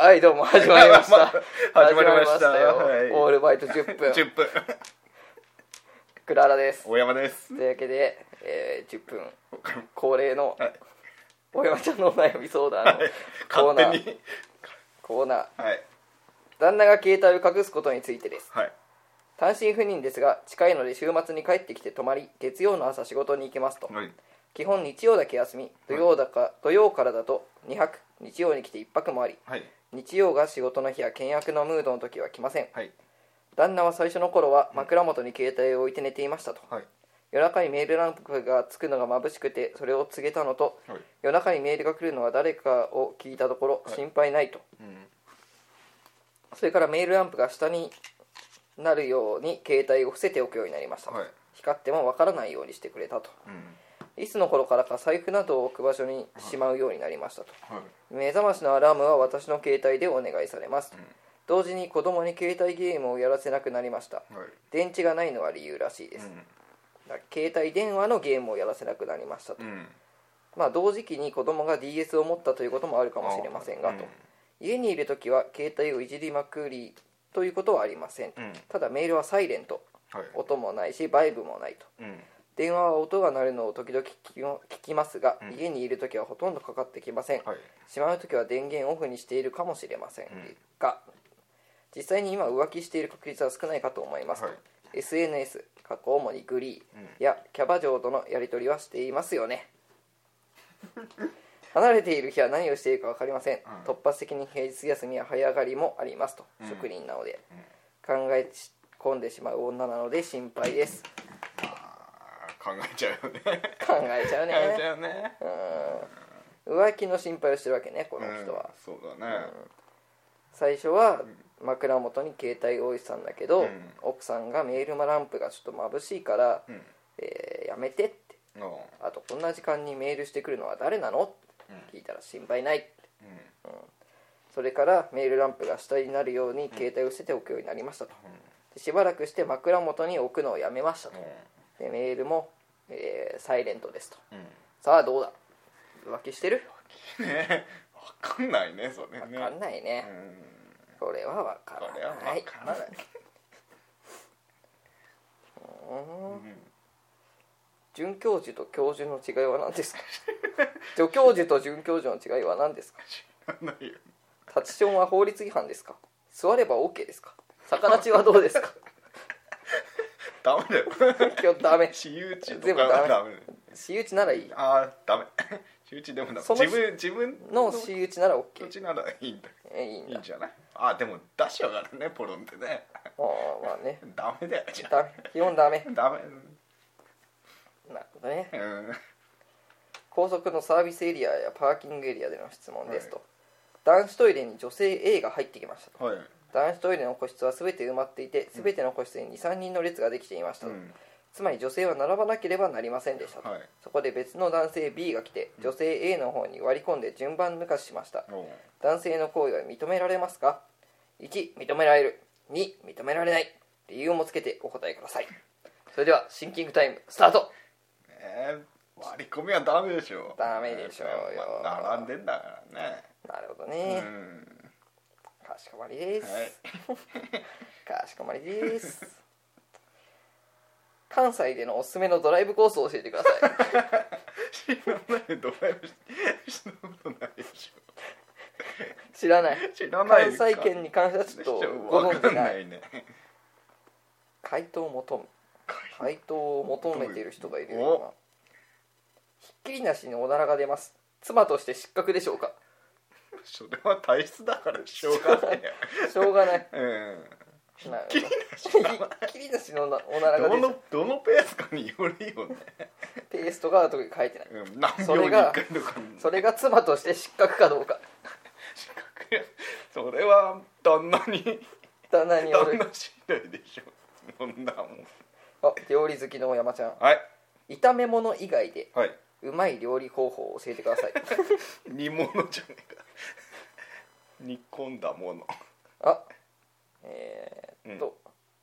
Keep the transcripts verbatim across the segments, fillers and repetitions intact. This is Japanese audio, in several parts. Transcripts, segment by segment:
はいどうも始まりました始まりましたよ、 はい、 オールバイトじゅっぷんじゅっぷんクララです。 大山です。 というわけで、えー、じゅっぷん恒例の、はい、大山ちゃんのお悩み相談のコーナー、はい、コーナー、はい、旦那が携帯を隠すことについてです、はい、単身赴任ですが近いので週末に帰ってきて泊まり月曜の朝仕事に行けますと、はい、基本日曜だけ休み、土曜だか、はい、土曜からだとにはく、日曜に来ていっぱくもあり、はい、日曜が仕事の日や倹約のムードの時は来ません、はい、旦那は最初の頃は枕元に携帯を置いて寝ていましたと、はい、夜中にメールランプがつくのが眩しくてそれを告げたのと、はい、夜中にメールが来るのは誰かを聞いたところ、はい、心配ないと、うん、それからメールランプが下になるように携帯を伏せておくようになりましたと、はい、光ってもわからないようにしてくれたと、うん、いつの頃からか財布などを置く場所にしまうようになりましたと、はい、目覚ましのアラームは私の携帯でお願いされます、うん、同時に子供に携帯ゲームをやらせなくなりました、はい、電池がないのは理由らしいです、うん、だ携帯電話のゲームをやらせなくなりましたと、うん、まあ同時期に子供が ディーエス を持ったということもあるかもしれませんがと、うん、家にいるときは携帯をいじりまくりということはありません、うん、ただメールはサイレント、はい、音もないしバイブもないと、うん、電話は音が鳴るのを時々聞きますが、うん、家にいるときはほとんどかかってきません、はい、しまうときは電源オフにしているかもしれません、うん、が実際に今浮気している確率は少ないかと思いますと、はい、エスエヌエス 過去主にグリーやキャバ嬢とのやり取りはしていますよね離れている日は何をしているか分かりません、うん、突発的に平日休みや早上がりもありますと、うん、職人なので、うん、考え込んでしまう女なので心配です。 考えちゃうよね考えちゃうね考えちゃうね、 うん、浮気の心配をしてるわけねこの人は、 うん、そうだね、うん、 最初は枕元に携帯を置いてたんだけど、うん、奥さんがメールマランプがちょっと眩しいから、うん、えー、やめてって、うん、あとこんな時間にメールしてくるのは誰なのって聞いたら心配ないって、うんうん、それからメールランプが下になるように携帯を捨てておくようになりましたと、でしばらくして枕元に置くのをやめましたと、でメールも、えー、サイレントですと、うん、さあどうだ浮気してる？ ね、分かんないねそれね。 分かんないね、うん、これは分からない。これは分からないうん、准教授と教授の違いは何ですか助教授と准教授の違いは何ですか？ 知らないよ。 立ちションは法律違反ですか？座れば OK ですか？逆立ちはどうですか？ ダメだよ今日ダメ。 私有地とか全部ダメ。私有地ならいい。 ああダメ。私有地でもダメ。自分自分の私有地なら OK。 そっちならいいんだ。 えいいんだ。 いいんじゃない？あでも出し上がるねポロンってね。 ああまあね。 ダメだよじゃあ。基本ダメ。 ダメ。 なるほどね。 うん。 高速のサービスエリアやパーキングエリアでの質問ですと、はい、男子トイレに女性 A が入ってきましたと、はい、男子トイレの個室は全て埋まっていて全ての個室に にさんにんの列ができていましたと、うん、つまり女性は並ばなければなりませんでしたと、はい、そこで別の男性 B が来て女性 A の方に割り込んで順番抜かししました、うん、男性の行為は認められますか？いち認められる、に認められない、理由もつけてお答えください。それではシンキングタイムスタート。 えー割り込みはダメでしょ。 ダメでしょうよ、 まあ、並んでんだからね。 なるほどね、うん、かしこまりです、はい、かしこまりです。関西でのおすすめのドライブコースを教えてください。 知らないドライブしたことないでしょ。 知らない。 知らない。 関西圏に関してはちょっとご存じない。ね、回答を求め回答を求めている人がいるような。ひっきりなしにおならが出ます。妻として失格でしょうか？ それは体質だからしょうがない。 しょうがない。 うん。ひっきりなし。 ひっきりなしのおならが出る。 どのどのペースかによるよね。 ペースとかは特に書いてない。 うん、何秒にいっかいとか。 それが妻として失格かどうか。 失格や。それは旦那に旦那による。 旦那次第でしょ。そんなもん。 あ、料理好きのお山ちゃん。 はい。 炒め物以外で。 はい。 うまい料理方法を教えてください。 煮物じゃねえか。煮込んだもの。 あ、えー、っと、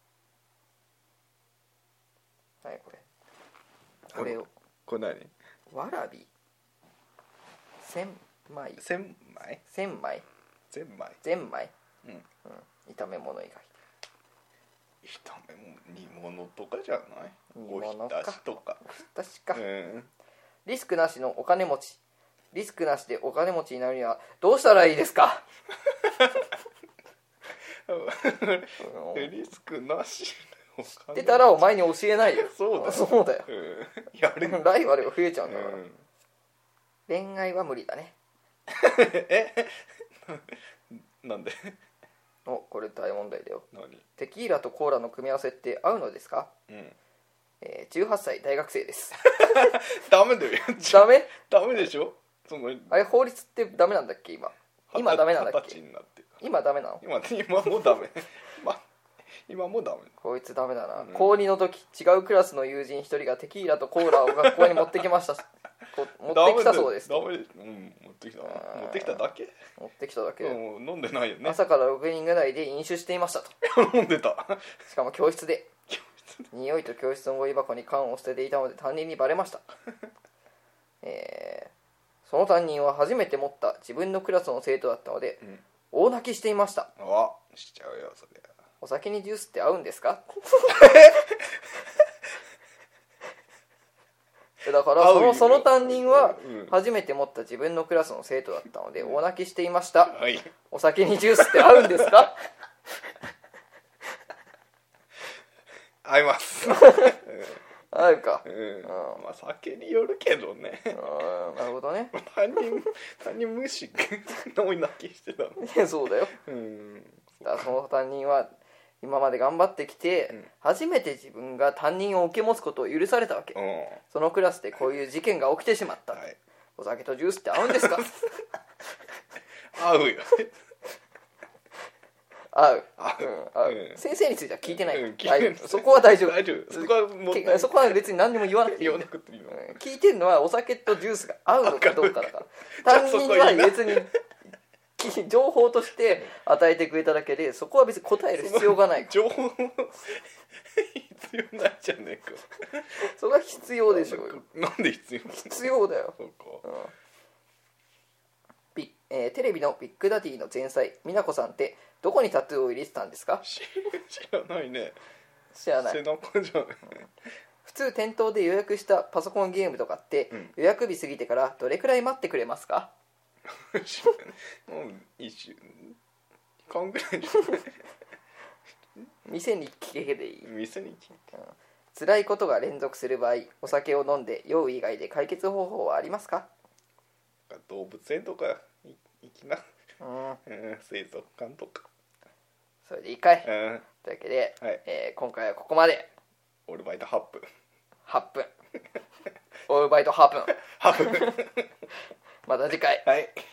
うん、何これ。これを。 これ何？ わらび。千枚。 千枚？ 千枚。 ゼンマイゼンマイ、 うん、うん、 炒め物以外炒め物煮物とかじゃない？ 煮物か、 おひたしとかおひたしか、 うん、 リスクなしのお金持ち、リスクなしでお金持ちになるにはどうしたらいいですか？ リスクなし知ってたらお前に教えないよ。 そうだよ、 そうだよ、 うん、やるライバルが増えちゃうんだから、 うん、 恋愛は無理だね。 えなんで？ お、これ大問題だよ。 何？ テキーラとコーラの組み合わせって合うのですか？ うん、 えー、じゅうはっさい大学生です。 ダメだよ。 ダメ？ ダメでしょ。そのあれ法律ってダメなんだっけ今？今ダメなんだっけ？今ダメなの？ 今今もダメ。ま今もダメ。 こいつダメだな、 うん、 高にの時違うクラスの友人一人がテキーラとコーラを学校に持ってきました。こ持ってきたそうです。 ダメです。うん、持ってきた。持ってきただけ？ 持ってきただけ。 うん、飲んでないよね。 朝からろくにんぐらいで飲酒していましたと。 飲んでた。 しかも教室で。匂いと教室のゴミ箱に缶を捨てていたので担任にバレました。えー、その担任は初めて持った自分のクラスの生徒だったので、うん、大泣きしていました。 あ、しちゃうよそれ。 お酒にジュースって合うんですか？だからその、その担任は初めて持った自分のクラスの生徒だったので大泣きしていました、はい、お酒にジュースって合うんですか？ 合います。 合うか、 うん、うん、まあ酒によるけどね。 あ、なるほどね。 担任担任無視の泣きしてたの。 いやそうだよ、うん、だからその担任は今まで頑張ってきて、うん、初めて自分が担任を受け持つことを許されたわけ、うん、そのクラスでこういう事件が起きてしまった、はい、お酒とジュースって合うんですか？ 合うよ。 合う、合う、うん、合う、うん、先生については聞いてない、うん、大そこは大丈夫、 大丈夫、そこはもうそこは別に何にも言わなくていい、言わなくていいの、うん、聞いてるのはお酒とジュースが合うのかどうかだから担任は別に情報として与えてくれただけでそこは別に答える必要がない情報必要ないじゃねえか。 そこは必要でしょうよ。 なんで必要？ 必要だよ。そうか、うん、ビえー、テレビのビッグダディの前妻美奈子さんってどこにタトゥーを入れてたんですか？ 知らないね。 知らない。 背中じゃない。 普通店頭で予約したパソコンゲームとかって、うん、予約日過ぎてからどれくらい待ってくれますか？ もう一週間ぐらいじゃない。 店に聞けでいい。 店に聞け、 うん、辛いことが連続する場合お酒を飲んで酔う以外で解決方法はありますか？ 動物園とか行きな、 うんうん、 水族館とかそれでいいかい、 うん、 というわけで、 はい、 えー、今回はここまで。 オールバイトはっぷんはっぷんオールバイトはっぷんはっぷんまた次回。 はい。